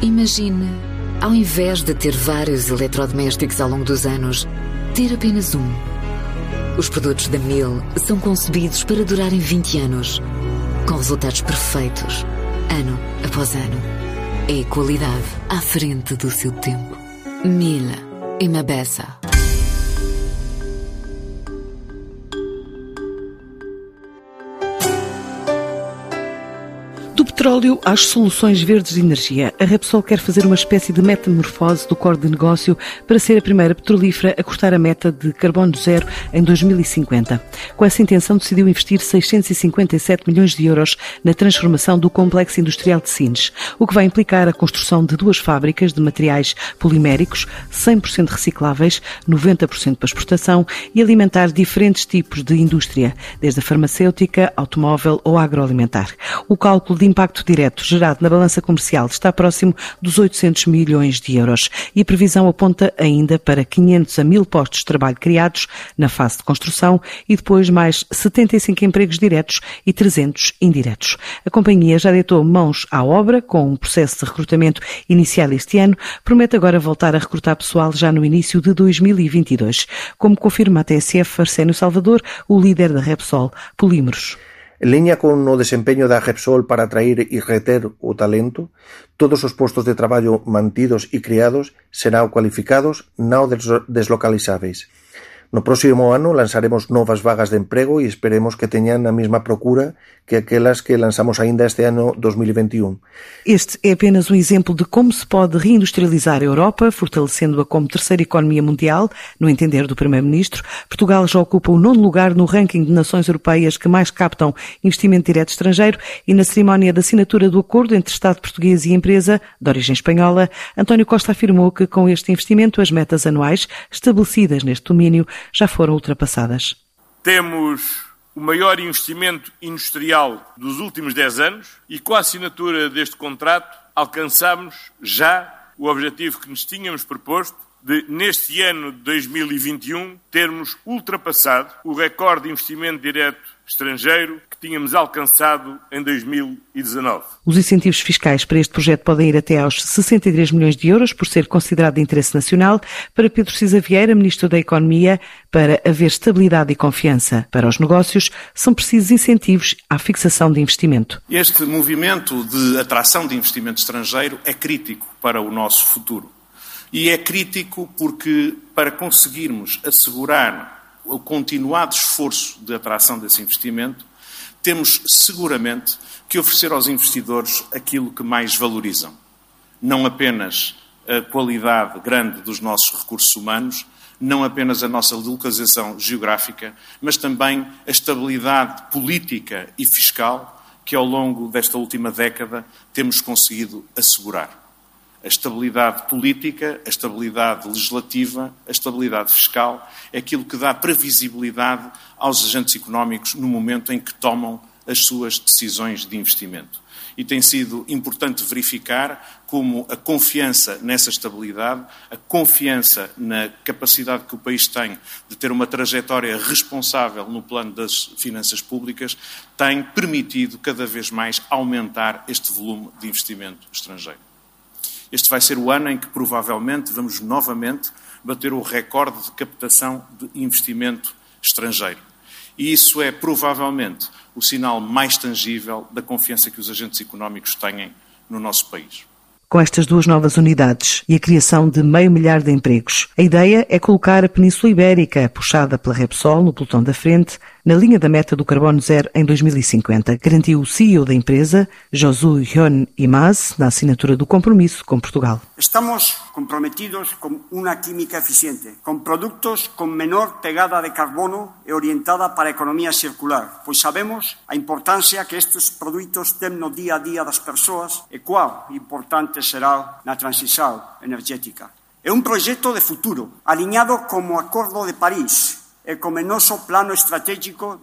Imagine, ao invés de ter vários eletrodomésticos ao longo dos anos, ter apenas um. Os produtos da Miele são concebidos para durarem 20 anos, com resultados perfeitos, ano após ano. É qualidade à frente do seu tempo. Miele e Mabessa. Do petróleo às soluções verdes de energia, a Repsol quer fazer uma espécie de metamorfose do core de negócio para ser a primeira petrolífera a cortar a meta de carbono zero em 2050. Com essa intenção, decidiu investir 657 milhões de euros na transformação do complexo industrial de Sines, o que vai implicar a construção de 2 fábricas de materiais poliméricos 100% recicláveis, 90% para exportação e alimentar diferentes tipos de indústria, desde a farmacêutica, automóvel ou agroalimentar. O cálculo de impacto direto gerado na balança comercial está próximo dos 800 milhões de euros e a previsão aponta ainda para 500 a 1000 postos de trabalho criados na fase de construção e depois mais 75 empregos diretos e 300 indiretos. A companhia já deitou mãos à obra com um processo de recrutamento iniciado este ano, promete agora voltar a recrutar pessoal já no início de 2022, como confirma a TSF Arsénio Salvador, o líder da Repsol Polímeros. En liña con o desempeño da Repsol para atraer e reter o talento, todos os postos de traballo mantidos e criados serán cualificados non deslocalizáveis. No próximo ano lanzaremos novas vagas de emprego e esperemos que teñan a mesma procura que aquelas que lanzamos ainda este ano 2021. Este é apenas um exemplo de como se pode reindustrializar a Europa, fortalecendo-a como terceira economia mundial, no entender do Primeiro-Ministro. Portugal já ocupa o 9º lugar no ranking de nações europeias que mais captam investimento direto estrangeiro e na cerimónia de assinatura do acordo entre Estado português e empresa, de origem espanhola, António Costa afirmou que com este investimento as metas anuais estabelecidas neste domínio já foram ultrapassadas. Temos o maior investimento industrial dos últimos 10 anos e com a assinatura deste contrato alcançamos já o objetivo que nos tínhamos proposto de, neste ano de 2021, termos ultrapassado o recorde de investimento direto estrangeiro que tínhamos alcançado em 2019. Os incentivos fiscais para este projeto podem ir até aos 63 milhões de euros, por ser considerado de interesse nacional. Para Pedro Cisa Vieira, Ministro da Economia, para haver estabilidade e confiança para os negócios, são precisos incentivos à fixação de investimento. Este movimento de atração de investimento estrangeiro é crítico para o nosso futuro. E é crítico porque, para conseguirmos assegurar o continuado esforço de atração desse investimento, temos seguramente que oferecer aos investidores aquilo que mais valorizam. Não apenas a qualidade grande dos nossos recursos humanos, não apenas a nossa localização geográfica, mas também a estabilidade política e fiscal que ao longo desta última década temos conseguido assegurar. A estabilidade política, a estabilidade legislativa, a estabilidade fiscal é aquilo que dá previsibilidade aos agentes económicos no momento em que tomam as suas decisões de investimento. E tem sido importante verificar como a confiança nessa estabilidade, a confiança na capacidade que o país tem de ter uma trajetória responsável no plano das finanças públicas, tem permitido cada vez mais aumentar este volume de investimento estrangeiro. Este vai ser o ano em que, provavelmente, vamos novamente bater o recorde de captação de investimento estrangeiro. E isso é, provavelmente, o sinal mais tangível da confiança que os agentes económicos têm no nosso país. Com estas 2 novas unidades e a criação de 500 de empregos, a ideia é colocar a Península Ibérica, puxada pela Repsol no pelotão da frente, na linha da meta do carbono zero em 2050, garantiu o CEO da empresa, Josué Hyun Imaz, na assinatura do compromisso com Portugal. Estamos comprometidos com uma química eficiente, com produtos com menor pegada de carbono e orientada para a economia circular, pois sabemos a importância que estes produtos têm no dia a dia das persoas e qual importante será na transição energética. É um projeto de futuro, alinhado com o Acordo de Paris e como o nosso plano estratégico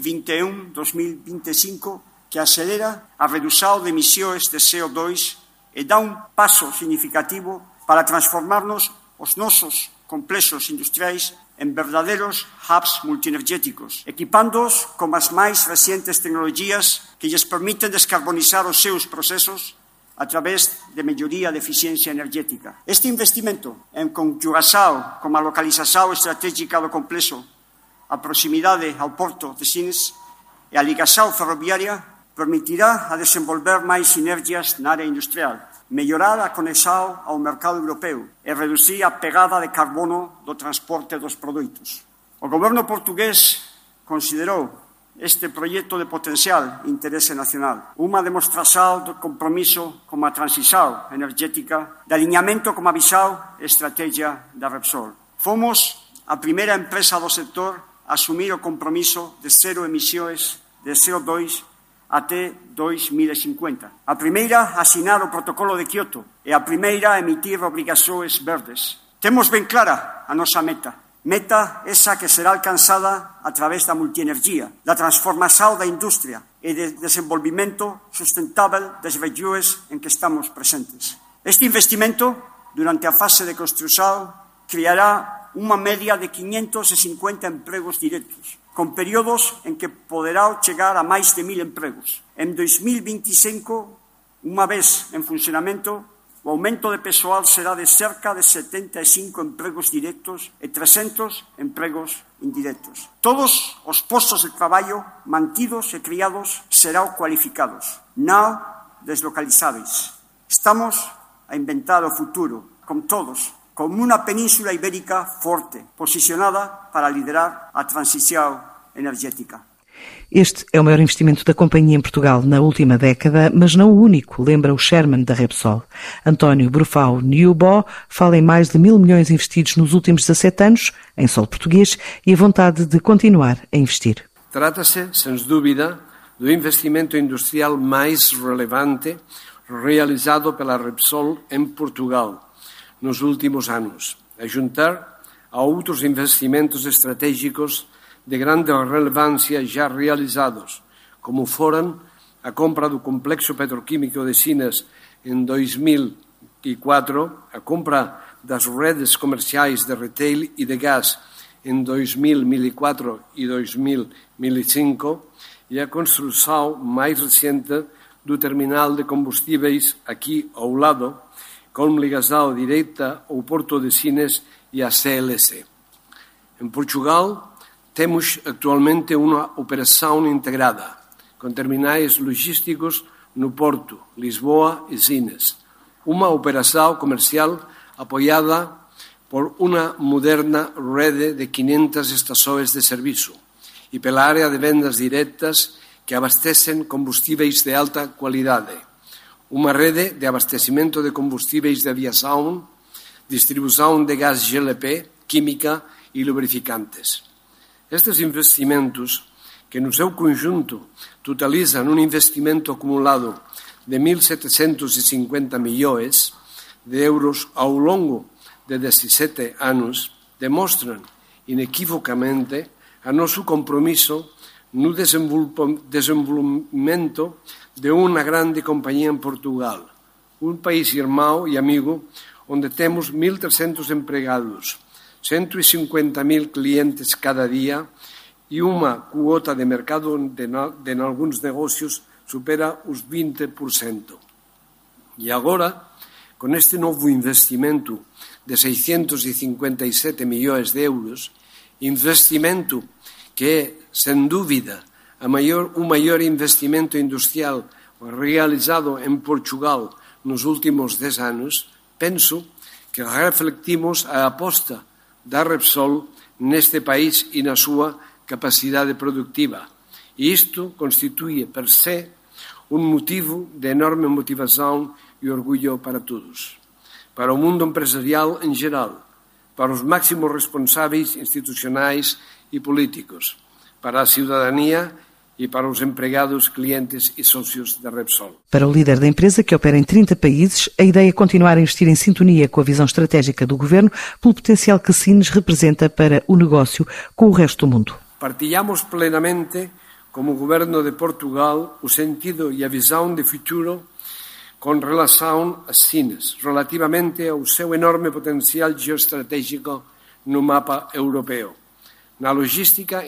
2021-2025, que acelera a redução de emissões de CO2 e dá um passo significativo para transformarnos os nossos complexos industriais em verdadeiros hubs multienergéticos, equipando-os com as mais recentes tecnologias que lhes permitem descarbonizar os seus processos, a través de melloría de eficiencia energética. Este investimento, en conjugación con a localización estratégica do complexo, a proximidade ao porto de Sines e a ligación ferroviaria, permitirá a desenvolver máis sinergias na área industrial, mellorar a conexión ao mercado europeo e reducir a pegada de carbono do transporte dos produtos. O goberno portugués considerou este proxecto de potencial interese nacional, unha demostración do compromiso con a transición energética, de alinhamento con a visão e estrategia da Repsol. Fomos a primeira empresa do sector a asumir o compromiso de cero emisións de CO2 até 2050. A primeira a asinar o protocolo de Kioto e a primeira a emitir obrigacións verdes. Temos ben clara a nosa meta. Meta esa que será alcanzada a través da multienergía, da transformación da industria e de desenvolvimento sustentável das regións en que estamos presentes. Este investimento, durante a fase de construción, creará unha media de 550 empregos directos, con períodos en que poderá chegar a máis de 1.000 empregos. En 2025, unha vez en funcionamento, o aumento de persoal será de cerca de 75 empregos directos e 300 empregos indirectos. Todos os postos de traballo mantidos e criados serán cualificados, non deslocalizáveis. Estamos a inventar o futuro, con todos, como unha península ibérica forte, posicionada para liderar a transición energética. Este é o maior investimento da companhia em Portugal na última década, mas não o único, lembra o chairman da Repsol. António Brufau Newbo fala em mais de 1.000 milhões investidos nos últimos 17 anos, em solo português, e a vontade de continuar a investir. Trata-se, sem dúvida, do investimento industrial mais relevante realizado pela Repsol em Portugal nos últimos anos, a juntar a outros investimentos estratégicos de grande relevância já realizados, como foram a compra do Complexo Petroquímico de Sines em 2004, a compra das redes comerciais de retail e de gás em 2004 e 2005 e a construção mais recente do terminal de combustíveis aqui ao lado, com ligação direta ao Porto de Sines e à CLC. Em Portugal, temos atualmente uma operação integrada, com terminais logísticos no Porto, Lisboa e Sines. Uma operação comercial apoiada por uma moderna rede de 500 estações de serviço e pela área de vendas diretas que abastecem combustíveis de alta qualidade. Uma rede de abastecimento de combustíveis de aviação, distribuição de gás GLP, química e lubrificantes. Estes investimentos, que no seu conjunto totalizam um investimento acumulado de 1.750 milhões de euros ao longo de 17 anos, demonstram inequivocamente a nosso compromisso no desenvolvimento de uma grande companhia em Portugal, um país irmão e amigo onde temos 1.300 empregados, 150.000 clientes cada dia e uma quota de mercado de alguns negócios supera os 20%. E agora, com este novo investimento de 657 milhões de euros, investimento que é, sem dúvida, o maior investimento industrial realizado em Portugal nos últimos 10 anos, penso que refletimos a aposta da Repsol neste país e na sua capacidade produtiva. E isto constitui, per se, um motivo de enorme motivação e orgulho para todos. Para o mundo empresarial em geral, para os máximos responsáveis institucionais e políticos, para a cidadania e para os empregados, clientes e sócios da Repsol. Para o líder da empresa, que opera em 30 países, a ideia é continuar a investir em sintonia com a visão estratégica do governo, pelo potencial que Sines representa para o negócio com o resto do mundo. Partilhamos plenamente, como governo de Portugal, o sentido e a visão de futuro com relação a Sines, relativamente ao seu enorme potencial geoestratégico no mapa europeu, na logística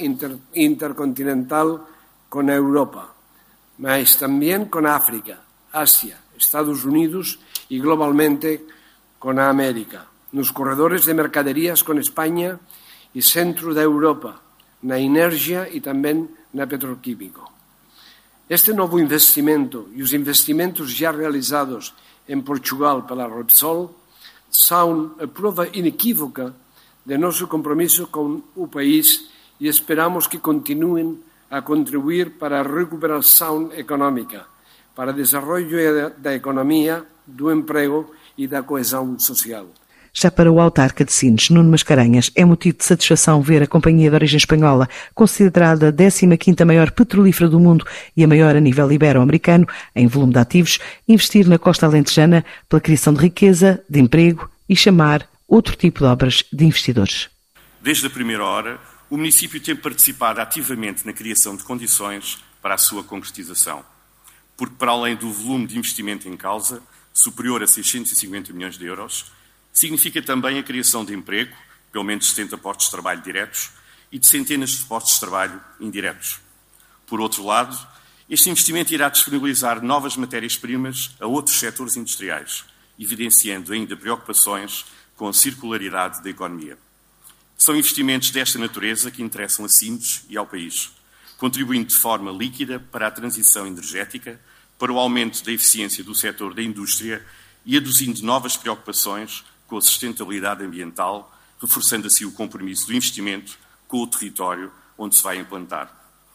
intercontinental com a Europa, mas também com a África, Ásia, Estados Unidos y globalmente con América, nos corredores de mercaderías con España y centro da Europa, na energia e tamén na petroquímico. Este novo investimento e os investimentos já realizados em Portugal pela Repsol são a prova inequívoca de nosso compromisso com o país e esperamos que continuem a contribuir para a recuperação económica, para o desenvolvimento da economia, do emprego e da coesão social. Já para o autarca de Sines, Nuno Mascarenhas, é motivo de satisfação ver a companhia de origem espanhola, considerada a 15ª maior petrolífera do mundo e a maior a nível ibero-americano, em volume de ativos, investir na costa alentejana pela criação de riqueza, de emprego e chamar outro tipo de obras de investidores. Desde a primeira hora, o município tem participado ativamente na criação de condições para a sua concretização, porque para além do volume de investimento em causa, superior a 650 milhões de euros, significa também a criação de emprego, pelo menos 70 postos de trabalho diretos, e de centenas de postos de trabalho indiretos. Por outro lado, este investimento irá disponibilizar novas matérias-primas a outros setores industriais, evidenciando ainda preocupações com a circularidade da economia. São investimentos desta natureza que interessam a Sines e ao país, contribuindo de forma líquida para a transição energética, para o aumento da eficiência do setor da indústria e aduzindo novas preocupações com a sustentabilidade ambiental, reforçando assim o compromisso do investimento com o território onde se vai implantar.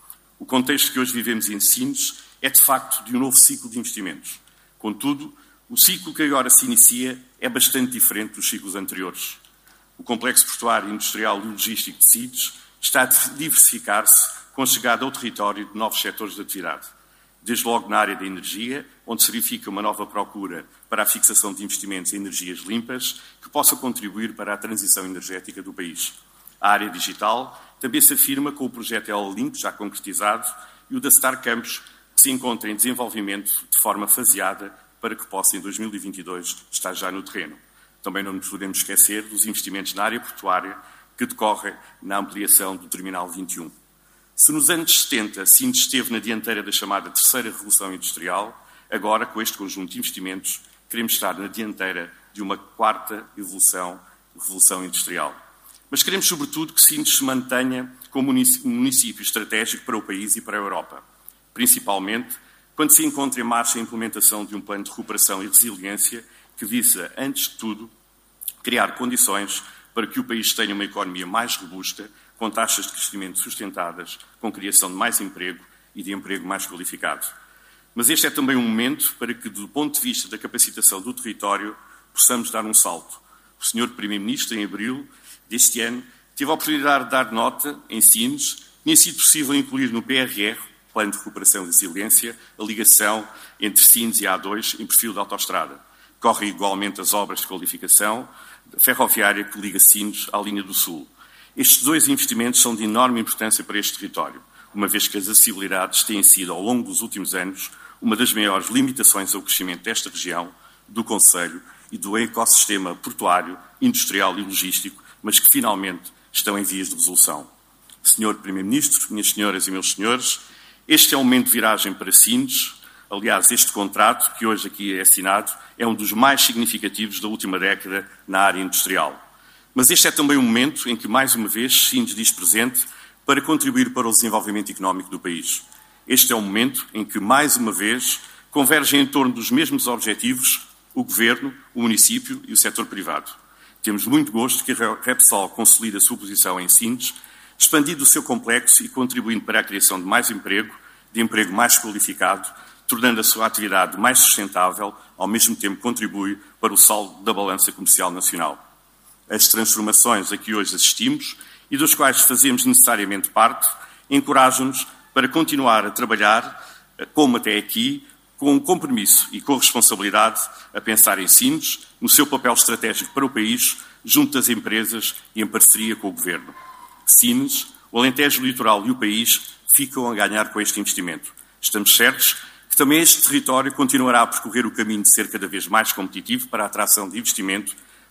O contexto que hoje vivemos em Sines é, de facto, de um novo ciclo de investimentos. Contudo, o ciclo que agora se inicia é bastante diferente dos ciclos anteriores. O complexo portuário, industrial e logístico de Sines está a diversificar-se com a chegada ao território de novos setores de atividade. Desde logo na área da energia, onde se verifica uma nova procura para a fixação de investimentos em energias limpas que possa contribuir para a transição energética do país. A área digital também se afirma com o projeto L-Link já concretizado e o da Star Campus, que se encontra em desenvolvimento de forma faseada para que possa, em 2022, estar já no terreno. Também não nos podemos esquecer dos investimentos na área portuária que decorrem na ampliação do Terminal 21. Se nos anos 70 Sines esteve na dianteira da chamada terceira revolução industrial, agora, com este conjunto de investimentos, queremos estar na dianteira de uma quarta revolução industrial. Mas queremos, sobretudo, que Sines se mantenha como um município estratégico para o país e para a Europa, principalmente quando se encontra em marcha a implementação de um plano de recuperação e resiliência que visa, antes de tudo, criar condições para que o país tenha uma economia mais robusta, com taxas de crescimento sustentadas, com criação de mais emprego e de emprego mais qualificado. Mas este é também um momento para que, do ponto de vista da capacitação do território, possamos dar um salto. O Sr. Primeiro-Ministro, em abril deste ano, teve a oportunidade de dar nota, em Sines, tinha sido possível incluir no PRR, Plano de Recuperação e Resiliência, a ligação entre Sines e a A2 em perfil de autoestrada. Correm igualmente as obras de qualificação ferroviária que liga Sines à linha do Sul. Estes dois investimentos são de enorme importância para este território, uma vez que as acessibilidades têm sido, ao longo dos últimos anos, uma das maiores limitações ao crescimento desta região, do concelho e do ecossistema portuário, industrial e logístico, mas que finalmente estão em vias de resolução. Senhor Primeiro-Ministro, minhas senhoras e meus senhores, este é um momento de viragem para Sines. Aliás, este contrato, que hoje aqui é assinado, é um dos mais significativos da última década na área industrial. Mas este é também um momento em que, mais uma vez, Sines diz presente para contribuir para o desenvolvimento económico do país. Este é um momento em que, mais uma vez, convergem em torno dos mesmos objetivos o Governo, o município e o setor privado. Temos muito gosto que a Repsol consolide a sua posição em Sines, expandindo o seu complexo e contribuindo para a criação de mais emprego, de emprego mais qualificado, tornando a sua atividade mais sustentável, ao mesmo tempo contribui para o saldo da balança comercial nacional. As transformações a que hoje assistimos e dos quais fazemos necessariamente parte, encorajam-nos para continuar a trabalhar, como até aqui, com compromisso e com responsabilidade, a pensar em Sines, no seu papel estratégico para o país, junto das empresas e em parceria com o Governo. Sines, o Alentejo Litoral e o país ficam a ganhar com este investimento. Estamos certos que também este território continuará a percorrer o caminho de ser cada vez mais competitivo para a atração de investimento,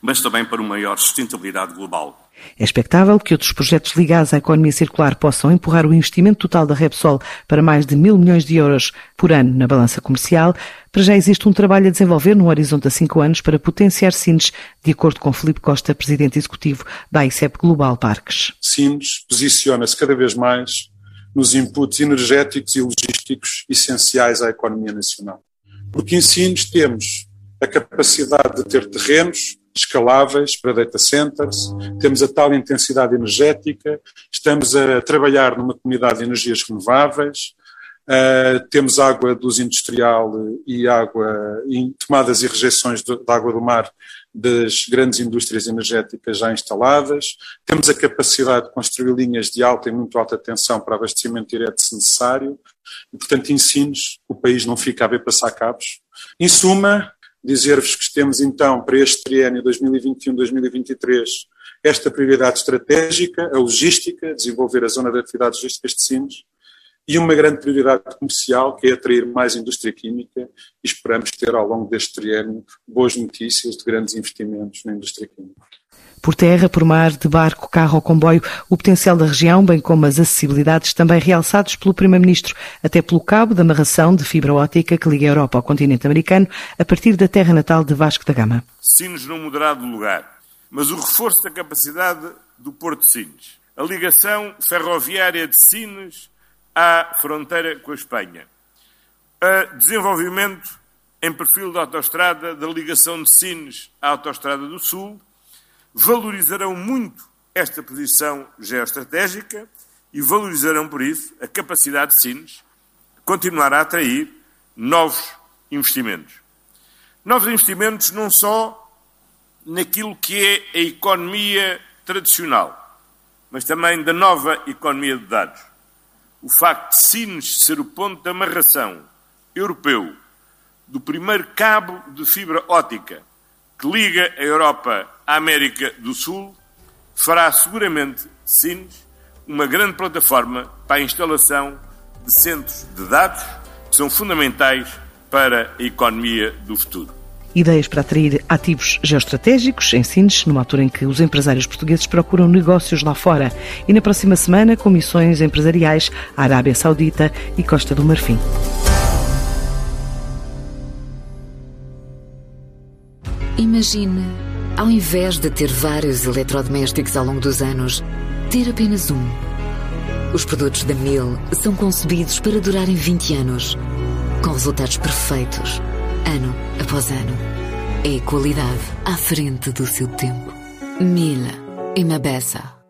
mas também para uma maior sustentabilidade global. É expectável que outros projetos ligados à economia circular possam empurrar o investimento total da Repsol para mais de 1.000 milhões de euros por ano na balança comercial. Para já existe um trabalho a desenvolver no horizonte a 5 anos para potenciar Sines, de acordo com Filipe Costa, presidente executivo da ICEP Global Parques. Sines posiciona-se cada vez mais nos inputs energéticos e logísticos essenciais à economia nacional. Porque em Sines temos a capacidade de ter terrenos escaláveis para data centers, temos a tal intensidade energética, estamos a trabalhar numa comunidade de energias renováveis, temos água de uso industrial e água em tomadas e rejeições de água do mar das grandes indústrias energéticas já instaladas, temos a capacidade de construir linhas de alta e muito alta tensão para abastecimento direto se necessário, e portanto em Sines o país não fica a ver passar cabos. Em suma, dizer-vos que temos então para este triênio 2021-2023 esta prioridade estratégica, a logística, desenvolver a zona de atividades logísticas de Sines, e uma grande prioridade comercial, que é atrair mais indústria química, e esperamos ter ao longo deste triênio boas notícias de grandes investimentos na indústria química. Por terra, por mar, de barco, carro ou comboio, o potencial da região, bem como as acessibilidades também realçados pelo Primeiro-Ministro, até pelo cabo de amarração de fibra óptica que liga a Europa ao continente americano, a partir da terra natal de Vasco da Gama. Sines não mudará de lugar, mas o reforço da capacidade do Porto de Sines, a ligação ferroviária de Sines à fronteira com a Espanha, o desenvolvimento em perfil da autoestrada, da ligação de Sines à autoestrada do Sul, valorizarão muito esta posição geoestratégica e valorizarão, por isso, a capacidade de Sines de continuar a atrair novos investimentos. Novos investimentos não só naquilo que é a economia tradicional, mas também da nova economia de dados. O facto de Sines ser o ponto de amarração europeu do primeiro cabo de fibra óptica que liga a Europa à América do Sul fará seguramente de Sines uma grande plataforma para a instalação de centros de dados que são fundamentais para a economia do futuro. Ideias para atrair ativos geoestratégicos em Sines, numa altura em que os empresários portugueses procuram negócios lá fora. E na próxima semana, comissões empresariais à Arábia Saudita e Costa do Marfim. Imagine, ao invés de ter vários eletrodomésticos ao longo dos anos, ter apenas um. Os produtos da Miele são concebidos para durarem 20 anos, com resultados perfeitos, ano após ano. É a qualidade à frente do seu tempo. Miele e Mabessa.